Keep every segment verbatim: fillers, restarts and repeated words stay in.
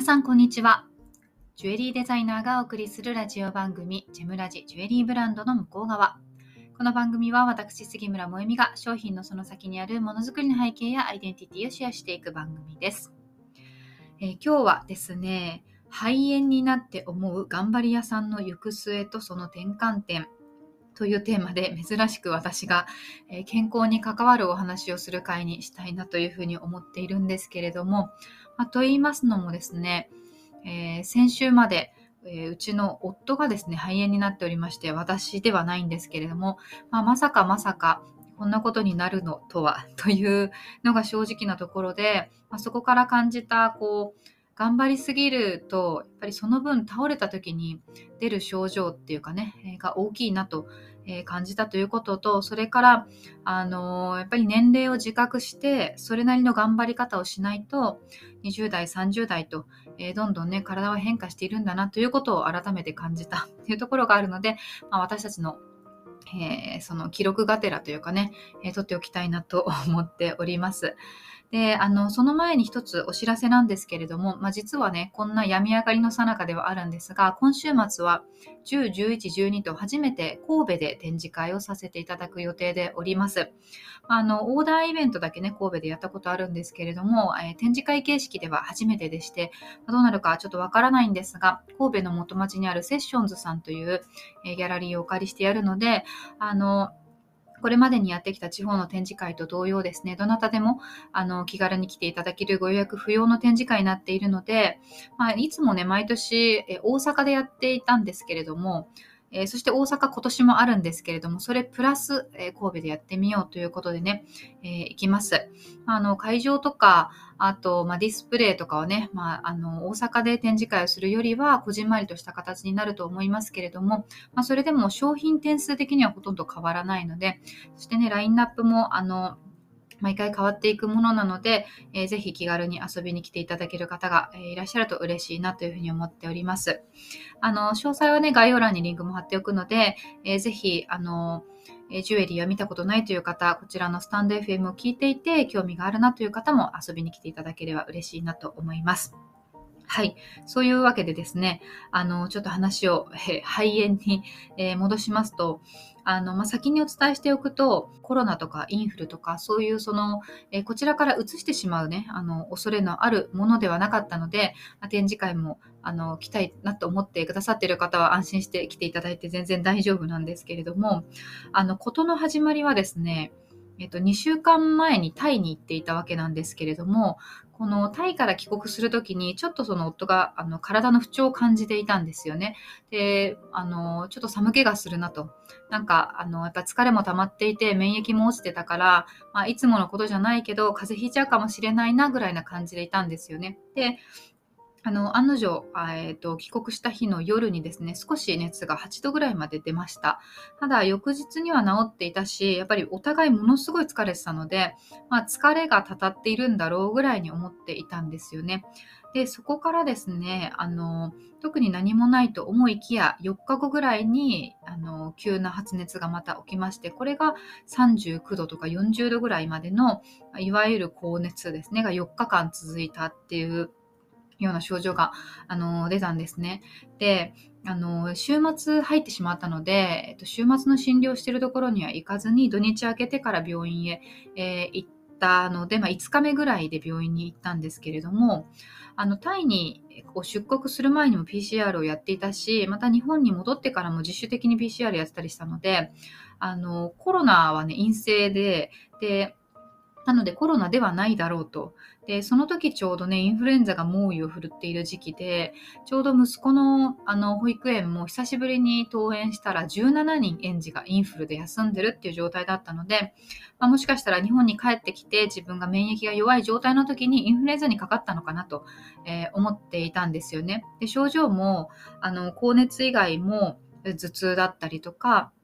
さんこんにちは。ジュエリーデザイナーがお送りするラジオ番組ジェムラジジュエリーブランドの向こう側。この番組は私杉村萌実が商品のその先にあるものづくりの背景やアイデンティティをシェアしていく番組です。えー、今日はですね、肺炎になって思う頑張り屋さんの行く末とその転換点というテーマで、珍しく私が健康に関わるお話をする回にしたいなというふうに思っているんですけれども、まあ、と言いますのもですね、えー、先週まで、えー、うちの夫がですね肺炎になっておりまして、私ではないんですけれども、まあ、まさかまさかこんなことになるのとはというのが正直なところで、まあ、そこから感じたこう頑張りすぎるとやっぱりその分倒れた時に出る症状っていうかね、えー、が大きいなとえー、感じたということと、それから、あのー、やっぱり年齢を自覚してそれなりの頑張り方をしないとにじゅう代さんじゅう代と、えー、どんどんね体は変化しているんだなということを改めて感じたというところがあるので、まあ、私たちのえー、その記録がてらというかね、えー、取っておきたいなと思っております。で、あの、その前に一つお知らせなんですけれども、まあ、実はね、こんな病み上がりの最中ではあるんですが、今週末はじゅう、じゅういち、じゅうにと初めて神戸で展示会をさせていただく予定でおります。あの、オーダーイベントだけね、神戸でやったことあるんですけれども、えー、展示会形式では初めてでして、どうなるかちょっとわからないんですが、神戸の元町にあるセッションズさんという、えー、ギャラリーをお借りしてやるので、あの、これまでにやってきた地方の展示会と同様ですね、どなたでもあの気軽に来ていただけるご予約不要の展示会になっているので、まあ、いつもね、毎年え大阪でやっていたんですけれども、えー、そして大阪今年もあるんですけれども、それプラス、えー、神戸でやってみようということでね、えー、行きます。あの会場とか、あと、まあ、ディスプレイとかはね、まあ、あの大阪で展示会をするよりはこじんまりとした形になると思いますけれども、まあ、それでも商品点数的にはほとんど変わらないので、そしてね、ラインナップもあの毎回変わっていくものなので、えー、ぜひ気軽に遊びに来ていただける方が、えー、いらっしゃると嬉しいなというふうに思っております。あの詳細はね、概要欄にリンクも貼っておくので、えー、ぜひあのジュエリーは見たことないという方、こちらのスタンド エフエム を聞いていて興味があるなという方も遊びに来ていただければ嬉しいなと思います。はい。そういうわけでですね、あの、ちょっと話を、え肺炎に、えー、戻しますと、あの、まあ、先にお伝えしておくと、コロナとかインフルとか、そういうその、えー、こちらから移してしまうね、あの、恐れのあるものではなかったので、まあ、展示会も、あの、来たいなと思ってくださっている方は安心して来ていただいて全然大丈夫なんですけれども、あの、事の始まりはですね、えっと、にしゅうかんまえにタイに行っていたわけなんですけれども、このタイから帰国するときに、ちょっとその夫があの体の不調を感じていたんですよね。で、あの、ちょっと寒気がするなと。なんか、あの、やっぱ疲れも溜まっていて、免疫も落ちてたから、まあ、いつものことじゃないけど、風邪ひいちゃうかもしれないな、ぐらいな感じでいたんですよね。で、あの、案の定、あえっと、帰国した日の夜にですね、少し熱がはちどぐらいまで出ました。ただ、翌日には治っていたし、やっぱりお互いものすごい疲れてたので、まあ、疲れがたたっているんだろうぐらいに思っていたんですよね。で、そこからですね、あの、特に何もないと思いきや、よっかごぐらいに、あの、急な発熱がまた起きまして、これがさんじゅうきゅうどとかよんじゅうどぐらいまでの、いわゆる高熱ですね、がよっかかん続いたっていうような症状が、あの、出たんですね。で、あの、週末入ってしまったので、えっと、週末の診療しているところには行かずに、土日明けてから病院へ、えー行ったので、まあ、いつかめぐらいで病院に行ったんですけれども、あの、タイにこう出国する前にも ピーシーアール をやっていたし、また日本に戻ってからも自主的に ピーシーアール やってたりしたので、あの、コロナはね、陰性で、で、なのでコロナではないだろうと。で、その時ちょうどね、インフルエンザが猛威を振るっている時期で、ちょうど息子のあの保育園も久しぶりに登園したらじゅうななにん園児がインフルで休んでるっていう状態だったので、まあ、もしかしたら日本に帰ってきて自分が免疫が弱い状態の時にインフルエンザにかかったのかなと、えー思っていたんですよね。で、症状もあの高熱以外も頭痛だったりとか、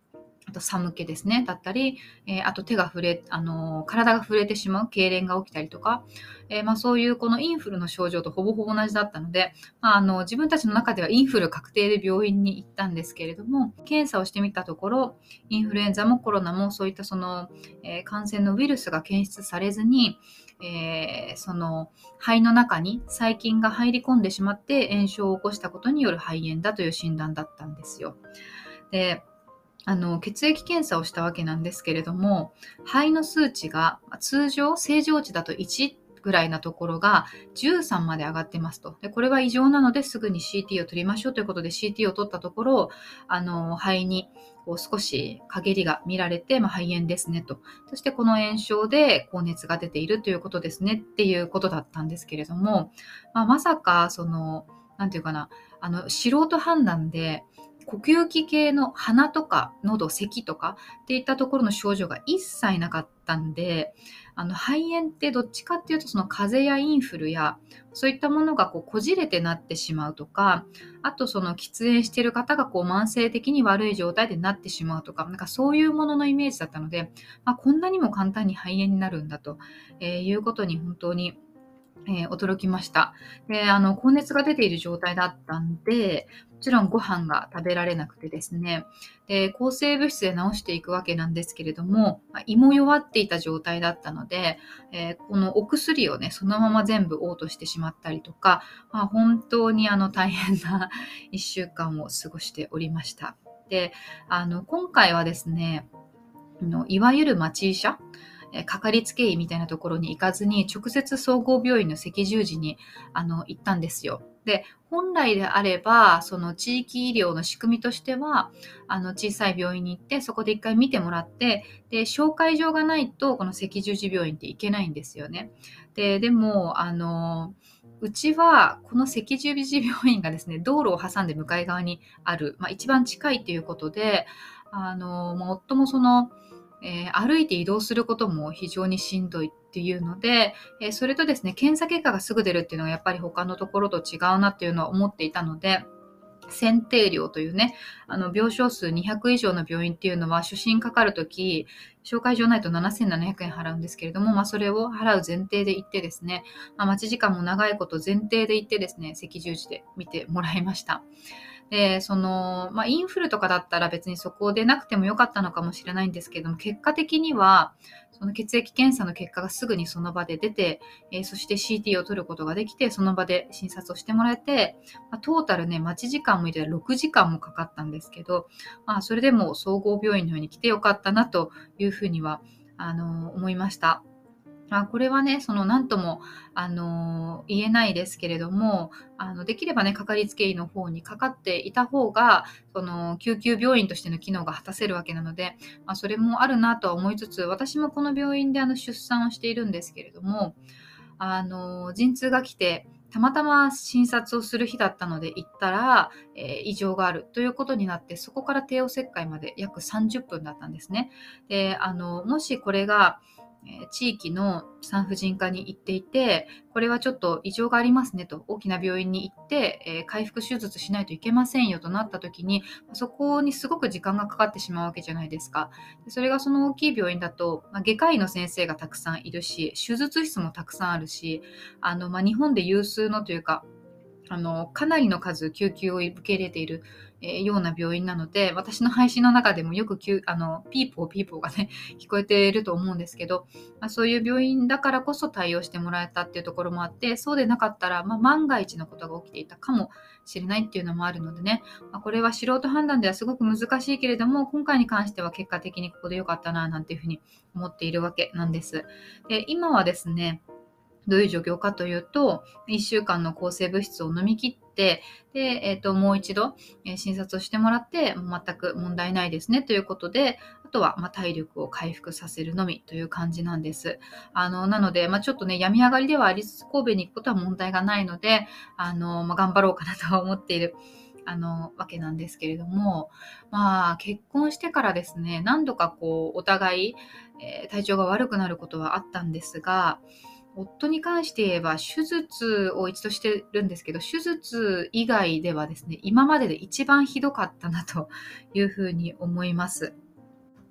あと寒気ですね、だったり、えー、あと手が触れ、あのー体が触れてしまう痙攣が起きたりとか、えーまあ、そういうこのインフルの症状とほぼほぼ同じだったので、まあ、あの自分たちの中ではインフル確定で病院に行ったんですけれども、検査をしてみたところ、インフルエンザもコロナもそういったその、えー感染のウイルスが検出されずに、えーその肺の中に細菌が入り込んでしまって炎症を起こしたことによる肺炎だという診断だったんですよ。で、あの血液検査をしたわけなんですけれども、肺の数値が通常正常値だといちぐらいなところがじゅうさんまで上がってますと。で、これは異常なのですぐに シーティー を取りましょうということで シーティー を取ったところ、あの肺にこう少し陰りが見られて、まあ、肺炎ですねと。そしてこの炎症で高熱が出ているということですねっていうことだったんですけれども、まあ、まさかそのなんていうかな、あの素人判断で呼吸器系の鼻とか喉、咳とかっていったところの症状が一切なかったんで、あの肺炎ってどっちかっていうとその風邪やインフルやそういったものがこうこじれてなってしまうとか、あとその喫煙している方がこう慢性的に悪い状態でなってしまうとか、なんかそういうもののイメージだったので、まあ、こんなにも簡単に肺炎になるんだと、えーいうことに本当にえー驚きました。で、あの、高熱が出ている状態だったんで、もちろんご飯が食べられなくてですね、で、抗生物質で治していくわけなんですけれども、まあ胃も弱っていた状態だったので、えーこのお薬をね、そのまま全部嘔吐してしまったりとか、まあ、本当にあの大変ないっしゅうかんを過ごしておりました。で、あの、今回はですね、あのいわゆる町医者、えかかりつけ医みたいなところに行かずに、直接総合病院の赤十字にあの行ったんですよ。で、本来であれば、その地域医療の仕組みとしては、あの小さい病院に行って、そこで一回見てもらって、で、紹介状がないと、この赤十字病院って行けないんですよね。で、でも、あの、うちは、この赤十字病院がですね、道路を挟んで向かい側にある、まあ、一番近いということで、あの、まあ夫もその、えー歩いて移動することも非常にしんどいっていうので、えーそれとですね、検査結果がすぐ出るっていうのがやっぱり他のところと違うなっていうのは思っていたので、選定料というね、あの病床数にひゃく以上の病院っていうのは初診かかるとき、紹介状ないとななせんななひゃくえん払うんですけれども、まあ、それを払う前提で行ってですね、まあ、待ち時間も長いこと前提で行ってですね、赤十字で見てもらいました。で、その、まあ、インフルとかだったら別にそこでなくてもよかったのかもしれないんですけども、結果的には、その血液検査の結果がすぐにその場で出て、えーそして シーティー を取ることができて、その場で診察をしてもらえて、まあ、トータルね、待ち時間もいてろくじかんもかかったんですけど、まあ、それでも総合病院のように来てよかったなというふうには、あの思いました。あ、これはね、その何とも、あの、言えないですけれども、あの、できればね、かかりつけ医の方にかかっていた方が、その、救急病院としての機能が果たせるわけなので、まあ、それもあるなとは思いつつ、私もこの病院であの出産をしているんですけれども、あの、陣痛が来て、たまたま診察をする日だったので行ったら、えー異常があるということになって、そこから帝王切開まで約さんじゅっぷんだったんですね。で、あの、もしこれが、えー地域の産婦人科に行っていて、これはちょっと異常がありますねと、大きな病院に行って、えー回復手術しないといけませんよとなった時に、そこにすごく時間がかかってしまうわけじゃないですか。でそれがその大きい病院だと、まあ、外科医の先生がたくさんいるし、手術室もたくさんあるし、あの、まあ、日本で有数のというか、あの、かなりの数救急を受け入れている、えーような病院なので、私の配信の中でもよく救あのピーポーピーポーがね、聞こえていると思うんですけど、まあ、そういう病院だからこそ対応してもらえたっていうところもあって、そうでなかったら、まあ、万が一のことが起きていたかもしれないっていうのもあるのでね、まあ、これは素人判断ではすごく難しいけれども、今回に関しては結果的にここで良かったな、なんていうふうに思っているわけなんです。で、今はですね、どういう状況かというと、いっしゅうかんの抗生物質を飲み切って、で、えっと、もう一度、えー診察をしてもらって、もう全く問題ないですねということで、あとは、まあ、体力を回復させるのみという感じなんです。あの、なので、まあ、ちょっとね、病み上がりではありつつ、神戸に行くことは問題がないので、あの、まあ、頑張ろうかなとは思っている。あの、わけなんですけれども、まあ、結婚してからですね、何度かこう、お互い、えー体調が悪くなることはあったんですが、夫に関して言えば、手術を一度してるんですけど、手術以外ではですね、今までで一番ひどかったなというふうに思います。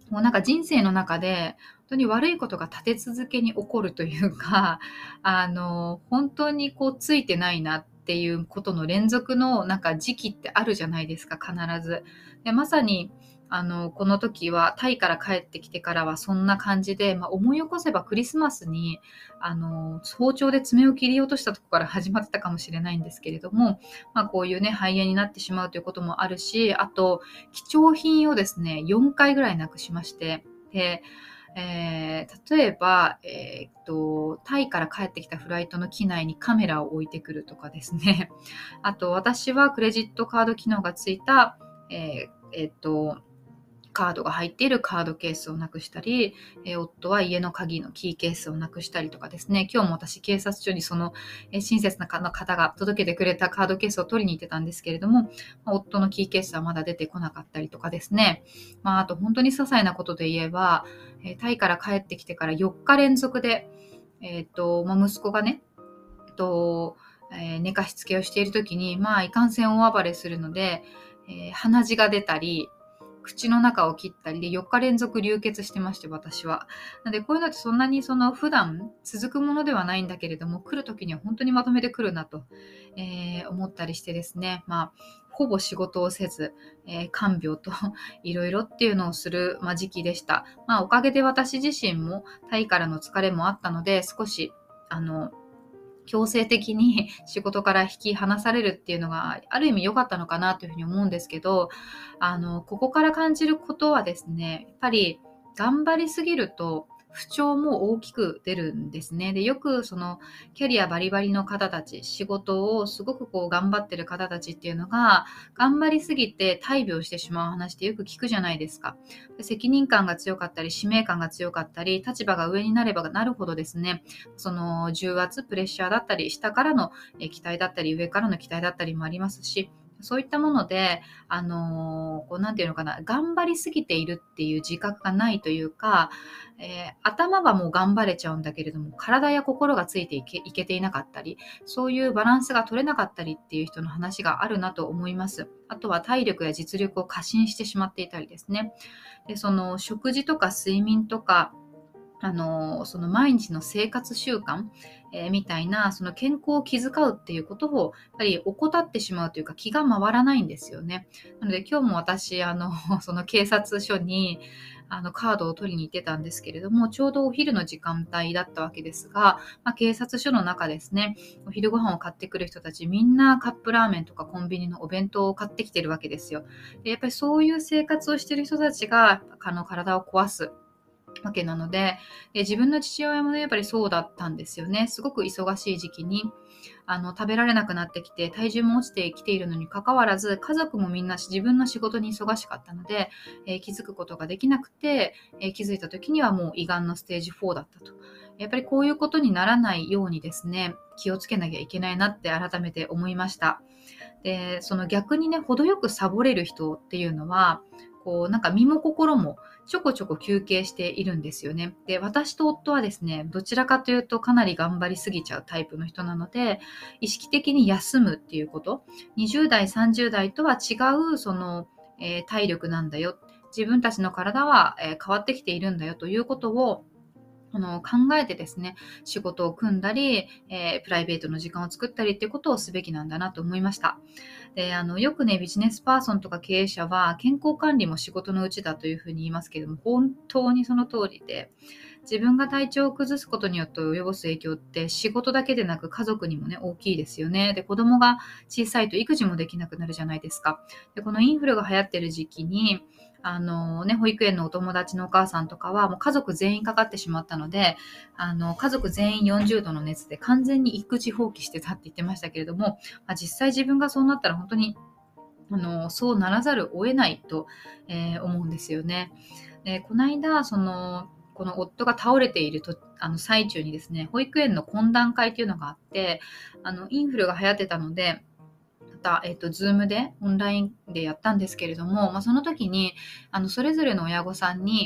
もうなんか人生の中で、本当に悪いことが立て続けに起こるというか、あの、本当にこうついてないなっていうことの連続のなんか時期ってあるじゃないですか、必ず。で、まさに、あの、この時はタイから帰ってきてからはそんな感じで、まあ、思い起こせばクリスマスに、あの、包丁で爪を切り落としたとこから始まってたかもしれないんですけれども、まあ、こういうね、肺炎になってしまうということもあるし、あと、貴重品をですね、よんかいぐらいなくしまして、で、えー例えば、えーっと、タイから帰ってきたフライトの機内にカメラを置いてくるとかですね。あと、私はクレジットカード機能がついた、えーえーっと、カードが入っているカードケースをなくしたり、えー夫は家の鍵のキーケースをなくしたりとかですね、今日も私警察署にその、えー親切な方が届けてくれたカードケースを取りに行ってたんですけれども、まあ夫のキーケースはまだ出てこなかったりとかですね、まあ、あと本当に些細なことで言えば、えータイから帰ってきてからよっか連続で、えーとまあ、息子がね、とえー寝かしつけをしている時に、まあ、いかんせん大暴れするので、えー鼻血が出たり、口の中を切ったりでよっか連続流血してまして、私は。なので、こういうのってそんなにその普段続くものではないんだけれども、来る時には本当にまとめてくるなと、えー思ったりしてですね、まあ、ほぼ仕事をせず、えー看病といろいろっていうのをする、まあ、時期でした。まあ、おかげで私自身もタイからの疲れもあったので、少し、あの、強制的に仕事から引き離されるっていうのがある意味良かったのかなというふうに思うんですけど、あの、ここから感じることはですね、やっぱり頑張りすぎると不調も大きく出るんですね。で、よくそのキャリアバリバリの方たち、仕事をすごくこう頑張ってる方たちっていうのが、頑張りすぎて大病してしまう話ってよく聞くじゃないですか。で、責任感が強かったり、使命感が強かったり、立場が上になればなるほどですね、その重圧、プレッシャーだったり、下からのえ期待だったり、上からの期待だったりもありますし、そういったもので、あのーこうなんていうのかな、頑張りすぎているっていう自覚がないというか、えー頭はもう頑張れちゃうんだけれども、体や心がついていけいけていなかったり、そういうバランスが取れなかったりっていう人の話があるなと思います。あとは体力や実力を過信してしまっていたりですね。で、その食事とか睡眠とか、あの、その毎日の生活習慣、えーみたいな、その健康を気遣うっていうことを、やっぱり怠ってしまうというか、気が回らないんですよね。なので、今日も私、あの、その警察署に、あの、カードを取りに行ってたんですけれども、ちょうどお昼の時間帯だったわけですが、まあ、警察署の中ですね、お昼ご飯を買ってくる人たち、みんなカップラーメンとかコンビニのお弁当を買ってきてるわけですよ。で、やっぱりそういう生活をしてる人たちが、あの、体を壊す。わけなので、で自分の父親もね、やっぱりそうだったんですよね。すごく忙しい時期に、あの、食べられなくなってきて、体重も落ちてきているのに関わらず、家族もみんな自分の仕事に忙しかったので、えー気づくことができなくて、えー気づいた時にはもう胃がんのステージフォーだったと。やっぱりこういうことにならないようにですね、気をつけなきゃいけないなって改めて思いました。で、その逆にね、程よくサボれる人っていうのは、こう、なんか身も心もちょこちょこ休憩しているんですよね。で、私と夫はですね、どちらかというとかなり頑張りすぎちゃうタイプの人なので、意識的に休むっていうこと、にじゅう代、さんじゅう代とは違う、その、えー体力なんだよ。自分たちの体は、えー変わってきているんだよということを、あの考えてですね、仕事を組んだり、えープライベートの時間を作ったりっていうことをすべきなんだなと思いました。で、あのよくね、ビジネスパーソンとか経営者は健康管理も仕事のうちだというふうに言いますけれども、本当にその通りで、自分が体調を崩すことによって及ぼす影響って仕事だけでなく家族にもね、大きいですよね。で、子供が小さいと育児もできなくなるじゃないですか。で、このインフルが流行ってる時期に、あのね、保育園のお友達のお母さんとかはもう家族全員かかってしまったので、あの家族全員よんじゅうどの熱で完全に育児放棄してたって言ってましたけれども、まあ、実際自分がそうなったら本当にあのそうならざるを得ないと、えー思うんですよね。で、この間そのこの夫が倒れているとあの最中にですね、保育園の懇談会というのがあって、あのインフルが流行ってたので、また、えっと、Zoom でオンラインでやったんですけれども、まあ、その時にあのそれぞれの親御さんに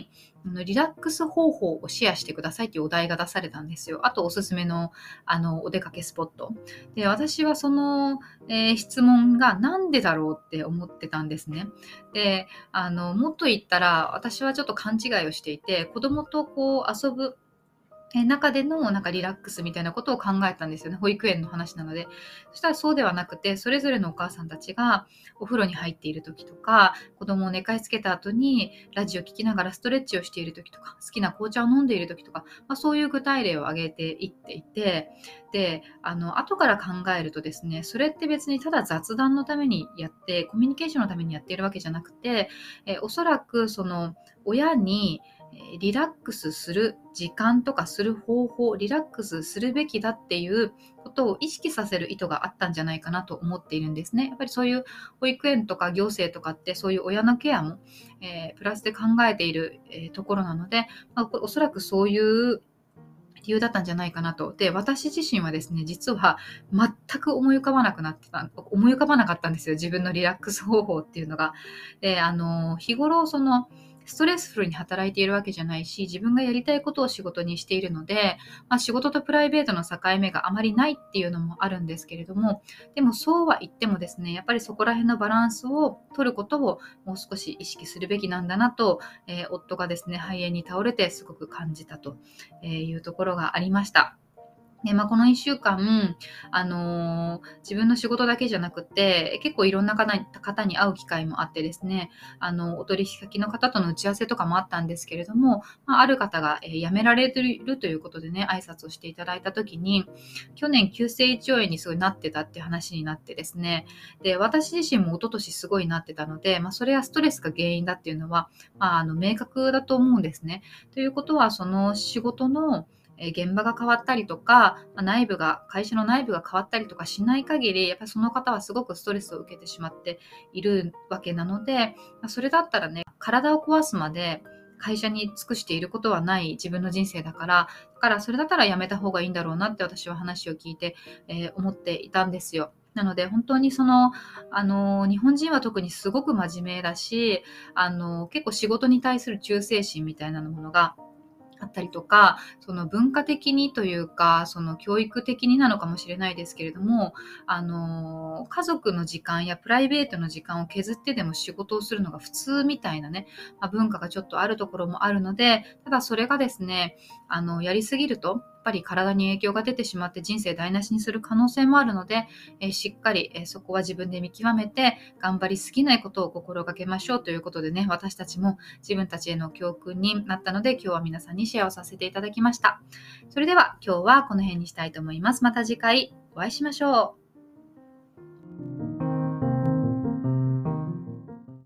あのリラックス方法をシェアしてくださいというお題が出されたんですよ。あとおすすめの、あのお出かけスポット。で、私はその、えー質問がなんでだろうって思ってたんですね。で、あのもっと言ったら私はちょっと勘違いをしていて、子供とこう遊ぶえ、中でのなんかリラックスみたいなことを考えたんですよね。保育園の話なので。そしたらそうではなくて、それぞれのお母さんたちがお風呂に入っている時とか、子供を寝かしつけた後にラジオ聞きながらストレッチをしている時とか、好きな紅茶を飲んでいる時とか、まあ、そういう具体例を挙げていっていて、で、あの、後から考えるとですね、それって別にただ雑談のためにやって、コミュニケーションのためにやっているわけじゃなくて、え、おそらくその親にえリラックスする時間とかする方法、リラックスするべきだっていうことを意識させる意図があったんじゃないかなと思っているんですね。やっぱりそういう保育園とか行政とかってそういう親のケアも、えープラスで考えている、えーところなので、まあ、おそらくそういう理由だったんじゃないかなと。で、私自身はですね、実は全く思い浮かばなくなってた、思い浮かばなかったんですよ。自分のリラックス方法っていうのが。で、あの、日頃その、ストレスフルに働いているわけじゃないし、自分がやりたいことを仕事にしているので、まあ、仕事とプライベートの境目があまりないっていうのもあるんですけれども、でもそうは言ってもですね、やっぱりそこら辺のバランスを取ることをもう少し意識するべきなんだなと、えー夫がですね、肺炎に倒れてすごく感じたというところがありました。で、まあ、このいっしゅうかん、あの、自分の仕事だけじゃなくて、結構いろんな方に方に会う機会もあってですね、あの、お取引先の方との打ち合わせとかもあったんですけれども、まあ、ある方が、え、辞められてるということでね、挨拶をしていただいた時に、去年急性胃腸炎にすごいなってたっていう話になってですね、で、私自身も一昨年すごいなってたので、まあ、それはストレスが原因だっていうのは、まあ、あの、明確だと思うんですね。ということは、その仕事のえー現場が変わったりとか、まあ内部が、会社の内部が変わったりとかしない限り、やっぱりその方はすごくストレスを受けてしまっているわけなので、まあそれだったらね、体を壊すまで会社に尽くしていることはない自分の人生だから、だからそれだったらやめた方がいいんだろうなって私は話を聞いて、えー思っていたんですよ。なので本当にその、あの、日本人は特にすごく真面目だし、あの、結構仕事に対する忠誠心みたいなものがあったりとか、その文化的にというか、その教育的になのかもしれないですけれども、あの、家族の時間やプライベートの時間を削ってでも仕事をするのが普通みたいなね、まあ、文化がちょっとあるところもあるので、ただそれがですね、あの、やりすぎると、やっぱり体に影響が出てしまって人生台無しにする可能性もあるので、えーしっかり、えーそこは自分で見極めて頑張りすぎないことを心がけましょうということでね、私たちも自分たちへの教訓になったので、今日は皆さんにシェアをさせていただきました。それでは今日はこの辺にしたいと思います。また次回お会いしましょう。